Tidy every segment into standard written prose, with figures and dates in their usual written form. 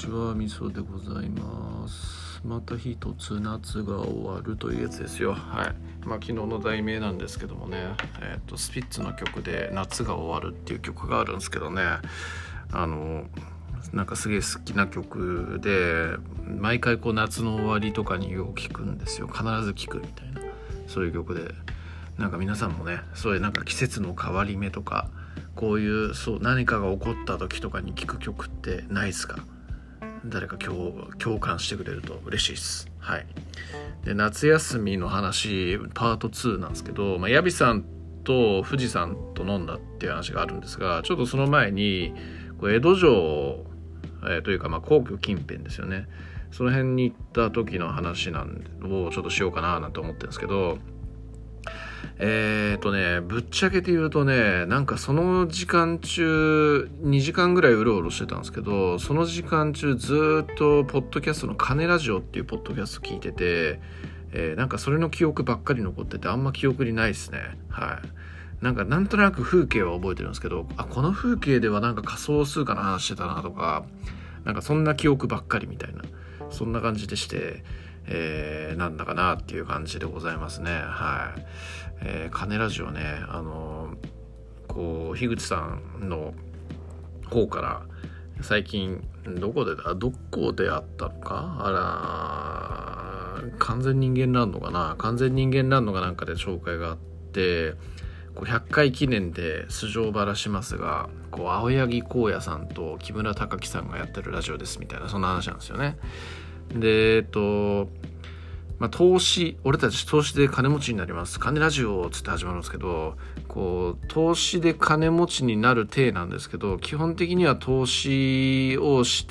ちは、みそでございます。また一つ夏が終わるというやつですよ。はい。昨日の題名なんですけどもね、スピッツの曲で夏が終わるっていう曲があるんですけどね、なんかすげえ好きな曲で、毎回こう夏の終わりとかによく聞くんですよ。必ず聞くみたいな、そういう曲で、なんか皆さんもね、そういうなんか季節の変わり目とか、こういう何かが起こった時とかに聴く曲ってないですか？誰か共感してくれると嬉しいです。はい。で、夏休みの話パート2なんですけど、ヤビさんと富士山と飲んだっていう話があるんですが、ちょっとその前に江戸城、というか皇居近辺ですよね。その辺に行った時の話をちょっとしようかななんて思ってるんですけど、ぶっちゃけて言うとね、なんかその時間中2時間ぐらいうろうろしてたんですけど、その時間中ずっとポッドキャストのカネラジオっていうポッドキャスト聞いてて、なんかそれの記憶ばっかり残ってて、あんま記憶にないですね。はい。なんとなく風景は覚えてるんですけど、この風景ではなんか仮想通貨の話してたなとか、なんかそんな記憶ばっかりみたいな、そんな感じでして、なんだかなっていう感じでございますね。はい。カネラジオね、樋口さんの方から最近どこであったのか、完全人間ランドかな、完全人間ランドかなんかで紹介があって、100回記念で素性ばらしますが、青柳光也さんと木村隆樹さんがやってるラジオですみたいな、そんな話なんですよね。で俺たち投資で金持ちになります、金ラジオつって始まるんですけど、投資で金持ちになる体なんですけど、基本的には投資をして、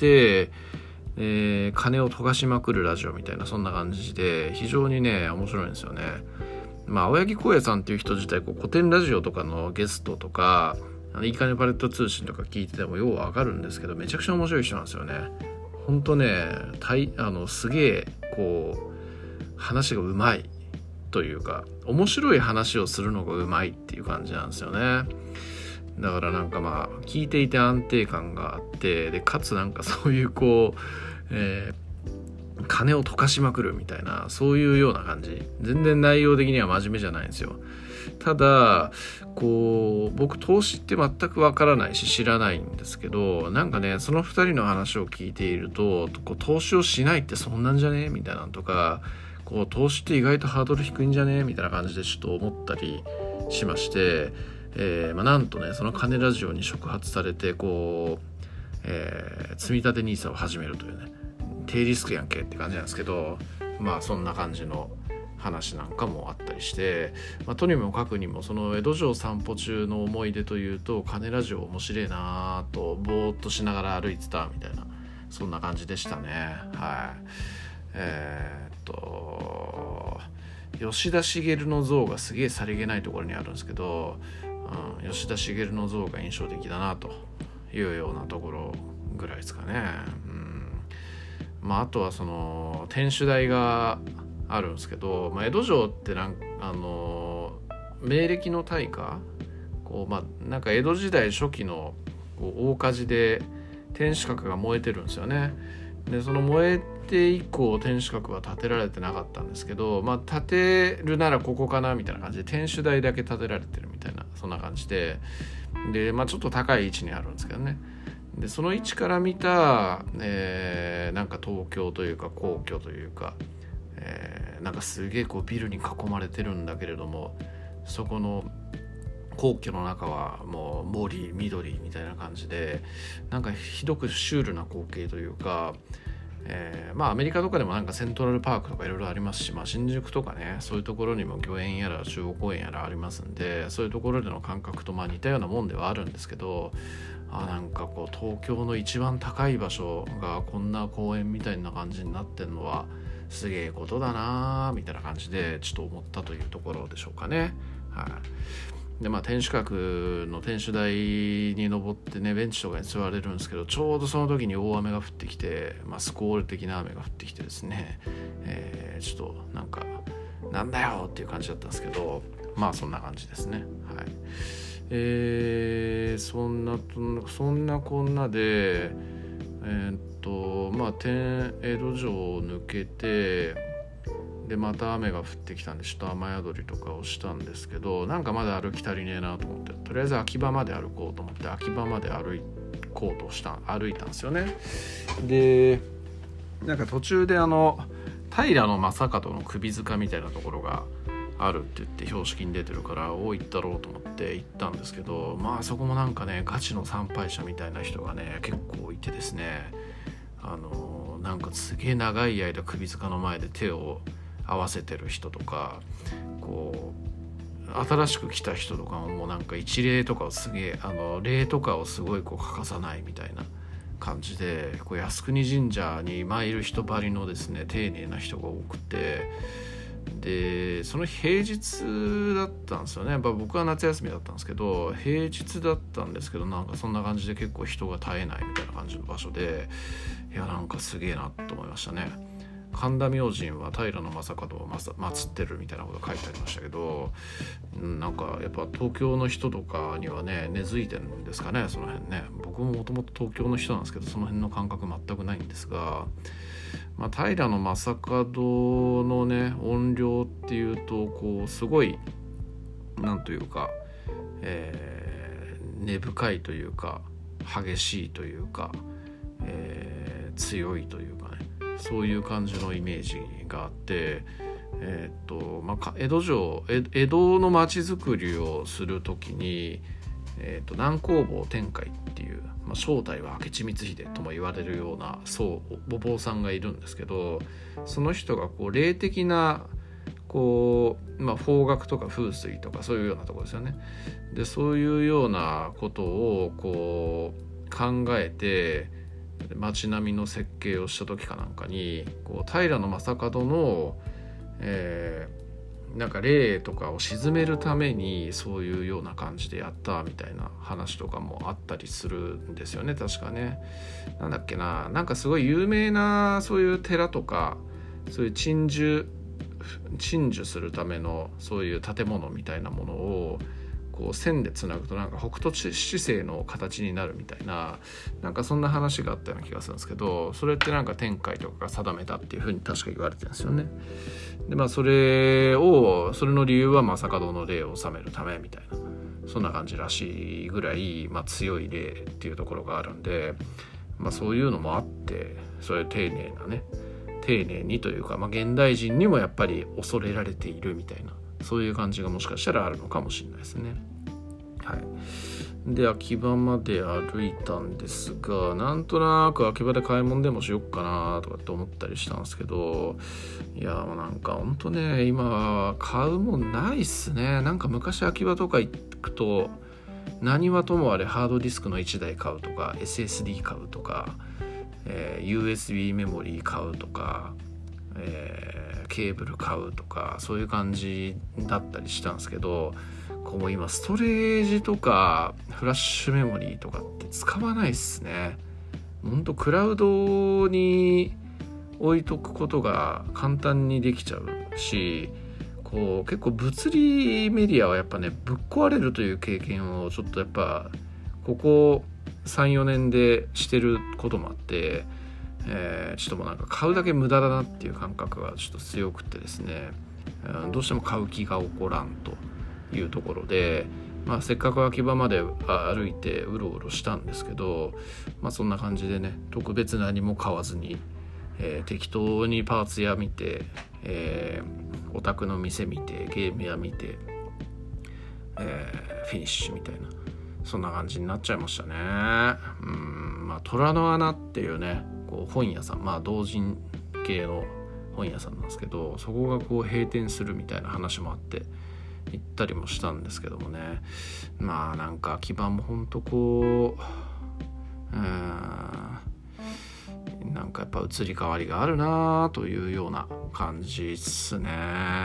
金を溶かしまくるラジオみたいな、そんな感じで非常にね面白いんですよね。青柳光也さんっていう人自体古典ラジオとかのゲストとか、いいかねパレット通信とか聞いててもようわかるんですけど、めちゃくちゃ面白い人なんですよね。ほんとね、すげえ話がうまいというか、面白い話をするのがうまいっていう感じなんですよね。だから聞いていて安定感があって、でかつそういう金を溶かしまくるみたいな、そういうような感じ。全然内容的には真面目じゃないんですよ。ただ僕投資って全くわからないし知らないんですけど、その2人の話を聞いていると、投資をしないってそんなんじゃねみたいなのとか、投資って意外とハードル低いんじゃねみたいな感じでちょっと思ったりしまして、なんとね、その金ラジオに触発されて積立 NISA を始めるというね、低リスクやんけって感じなんですけど、そんな感じの話なんかもあったりして、とにもかくにもその江戸城散歩中の思い出というと、金ラジオ面白いなとぼーっとしながら歩いてたみたいな、そんな感じでしたね。はい。吉田茂の像がすげえさりげないところにあるんですけど、吉田茂の像が印象的だなというようなところぐらいですかね。あとはその天守台があるんですけど、江戸城って明暦の大火、江戸時代初期の大火事で天守閣が燃えてるんですよね。でその燃えて以降天守閣は建てられてなかったんですけど、建てるならここかなみたいな感じで天守台だけ建てられてるみたいな、そんな感じで、ちょっと高い位置にあるんですけどね。でその位置から見た、東京というか皇居というか、すげえビルに囲まれてるんだけれども、そこの皇居の中はもう緑みたいな感じで、ひどくシュールな光景というか、アメリカとかでもセントラルパークとかいろいろありますし、新宿とかね、そういうところにも御苑やら中央公園やらありますんで、そういうところでの感覚と似たようなもんではあるんですけど、東京の一番高い場所がこんな公園みたいな感じになってるのはすげえことだなみたいな感じでちょっと思ったというところでしょうかね。はい。で天守閣の天守台に登ってね、ベンチとかに座れるんですけど、ちょうどその時に大雨が降ってきて、スコール的な雨が降ってきてですね、ちょっとなんだよっていう感じだったんですけど、そんな感じですね。はい。そんなこんなで江戸城を抜けて、でまた雨が降ってきたんでちょっと雨宿りとかをしたんですけど、なんかまだ歩き足りねえなと思って、とりあえず秋葉まで歩こうと思って秋葉まで歩いたんですよね。でなんか途中で平将門の首塚みたいなところがあるって言って標識に出てるから行ったろうと思って行ったんですけど、まあそこもなんかねガチの参拝者みたいな人がね結構いてですね、なんかすげえ長い間首塚の前で手を合わせてる人とか、こう新しく来た人とかもなんか一礼とかをすげえ礼とかをすごいこう欠かさないみたいな感じで、こう靖国神社に参る人ばりのですね丁寧な人が多くて、でその平日だったんですよね。僕は夏休みだったんですけど平日だったんですけど、なんかそんな感じで結構人が絶えないみたいな感じの場所で、いやなんかすげえなと思いましたね。神田明神は平将門を祀ってるみたいなこと書いてありましたけど、なんかやっぱ東京の人とかにはね根付いてるんですかね、その辺ね。僕ももともと東京の人なんですけどその辺の感覚全くないんですが、平将門のね怨霊っていうとこうすごいなんというか、根深いというか激しいというか、強いというかね、そういう感じのイメージがあって、江戸の町づくりをするときに、南弘法天海っていう、正体は明智光秀とも言われるようなお坊さんがいるんですけど、その人がこう霊的なこう、方角とか風水とかそういうようなところですよね。でそういうようなことをこう考えて街並みの設計をした時かなんかにこう平将門の、なんか霊とかを鎮めるためにそういうような感じでやったみたいな話とかもあったりするんですよね、確かね。なんだっけな、なんかすごい有名なそういう寺とかそういう鎮守するためのそういう建物みたいなものをこう線でつなぐとなんか北斗七星の形になるみたいな、なんかそんな話があったような気がするんですけど、それってなんか天海とかが定めたっていうふうに確か言われてるんですよね。でそれの理由は将門の霊を治めるためみたいな、そんな感じらしいぐらい、強い霊っていうところがあるんで、そういうのもあってそういう丁寧にというか、現代人にもやっぱり恐れられているみたいな、そういう感じがもしかしたらあるのかもしれないですね。はい。で秋葉まで歩いたんですが、なんとなく秋葉で買い物でもしよっかなとかって思ったりしたんですけど、いやなんかほんとね今買うもんないっすね。なんか昔秋葉とか行くと何はともあれハードディスクの1台買うとか SSD 買うとか、USB メモリー買うとか、ケーブル買うとかそういう感じだったりしたんですけど、こう今ストレージとかフラッシュメモリーとかって使わないっすね。ほんとクラウドに置いとくことが簡単にできちゃうし、こう結構物理メディアはやっぱねぶっ壊れるという経験をちょっとやっぱここ 3,4 年でしてることもあって、ちょっともうなんか買うだけ無駄だなっていう感覚がちょっと強くてですね、どうしても買う気が起こらんというところで、せっかく秋葉まで歩いてうろうろしたんですけど、そんな感じでね特別何も買わずに、適当にパーツ屋見て、オタクの店見てゲーム屋見て、フィニッシュみたいなそんな感じになっちゃいましたね。虎の穴っていうねこう本屋さん、同人系の本屋さんなんですけど、そこがこう閉店するみたいな話もあって行ったりもしたんですけどもね、なんか秋葉もほんとこうなんかやっぱ移り変わりがあるなというような感じっすね。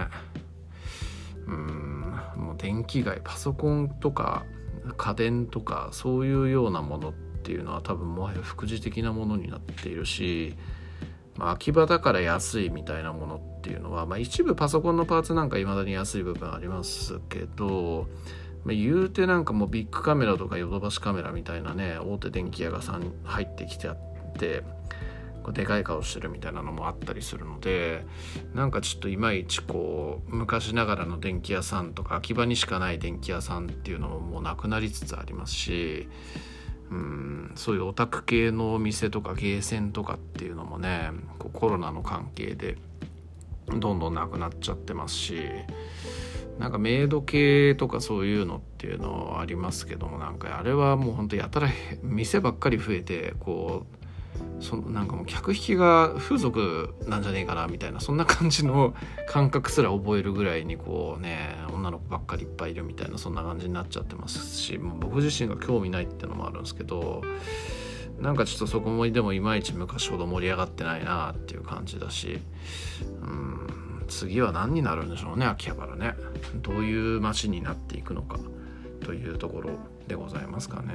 もう電気街パソコンとか家電とかそういうようなものっていうのは多分もはや副次的なものになっているし、秋葉だから安いみたいなものっていうのは、一部パソコンのパーツなんか未だに安い部分ありますけど、言うてなんかもうビッグカメラとかヨドバシカメラみたいなね大手電気屋が入ってきてでこうでかい顔してるみたいなのもあったりするので、なんかちょっといまいちこう昔ながらの電気屋さんとか秋葉にしかない電気屋さんっていうのももうなくなりつつありますし、そういうオタク系のお店とかゲーセンとかっていうのもね、こうコロナの関係でどんどんなくなっちゃってますし、なんかメイド系とかそういうのっていうのはありますけども、なんかあれはもうほんとやたら店ばっかり増えて、こうなんかもう客引きが風俗なんじゃねえかなみたいな、そんな感じの感覚すら覚えるぐらいにこうね、女の子ばっかりいっぱいいるみたいな、そんな感じになっちゃってますし、もう僕自身が興味ないっていうのもあるんですけど、なんかちょっとそこもでもいまいち昔ほど盛り上がってないなっていう感じだし、次は何になるんでしょうね、秋葉原ね。どういう街になっていくのかというところでございますかね。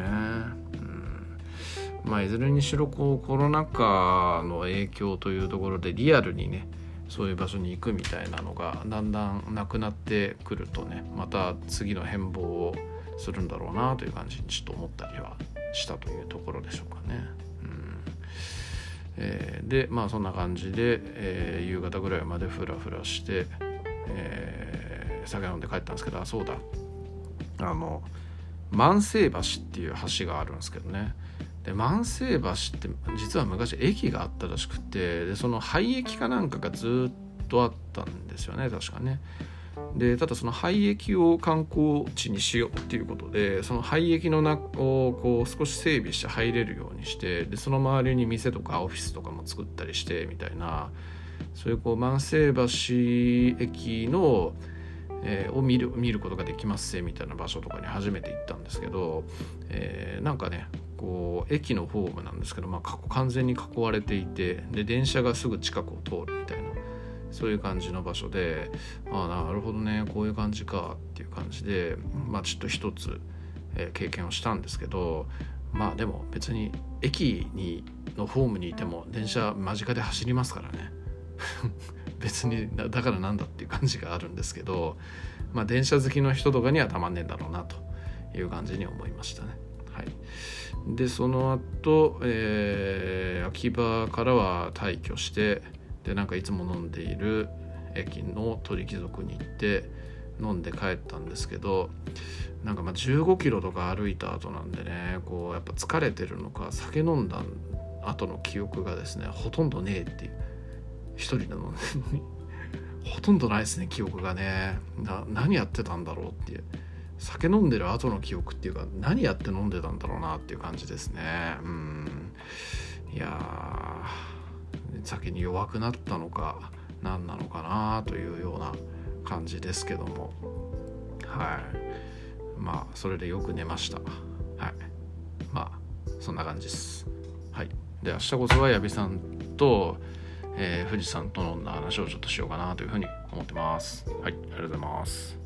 いずれにしろこうコロナ禍の影響というところでリアルにね、そういう場所に行くみたいなのがだんだんなくなってくるとね、また次の変貌をするんだろうなという感じにちょっと思ったりはしたというところでしょうかね。でそんな感じで、夕方ぐらいまでフラフラして、酒飲んで帰ったんですけど、そうだ、万世橋っていう橋があるんですけどね。で万世橋って実は昔駅があったらしくて、でその廃駅かなんかがずっとあったんですよね、確かね。でただその廃駅を観光地にしようっていうことで、その廃駅の中をこう少し整備して入れるようにして、でその周りに店とかオフィスとかも作ったりしてみたいな、そういうこう万世橋駅のを見ることができますみたいな場所とかに初めて行ったんですけど、なんかねこう駅のホームなんですけど、完全に囲われていて、で電車がすぐ近くを通るみたいな、そういう感じの場所で、なるほどね、こういう感じかっていう感じで、ちょっと一つ、経験をしたんですけど、でも別に駅のホームにいても電車間近で走りますからね別にだからなんだっていう感じがあるんですけど、電車好きの人とかにはたまんねえんだろうなという感じに思いましたね。はい。でその後、秋葉からは退去して、でなんかいつも飲んでいる駅の鳥貴族に行って飲んで帰ったんですけど、なんか15キロとか歩いた後なんでね、こうやっぱ疲れてるのか酒飲んだ後の記憶がですねほとんどねえっていう、一人で飲んでほとんどないですね、記憶がね。何やってたんだろうっていう、酒飲んでる後の記憶っていうか、何やって飲んでたんだろうなっていう感じですね。いや酒に弱くなったのか何なのかなというような感じですけども、はい。それでよく寝ました。はい。そんな感じです。はい。で明日こそは矢部さんと富士山と飲んだ話をちょっとしようかなというふうに思ってます。はい、ありがとうございます。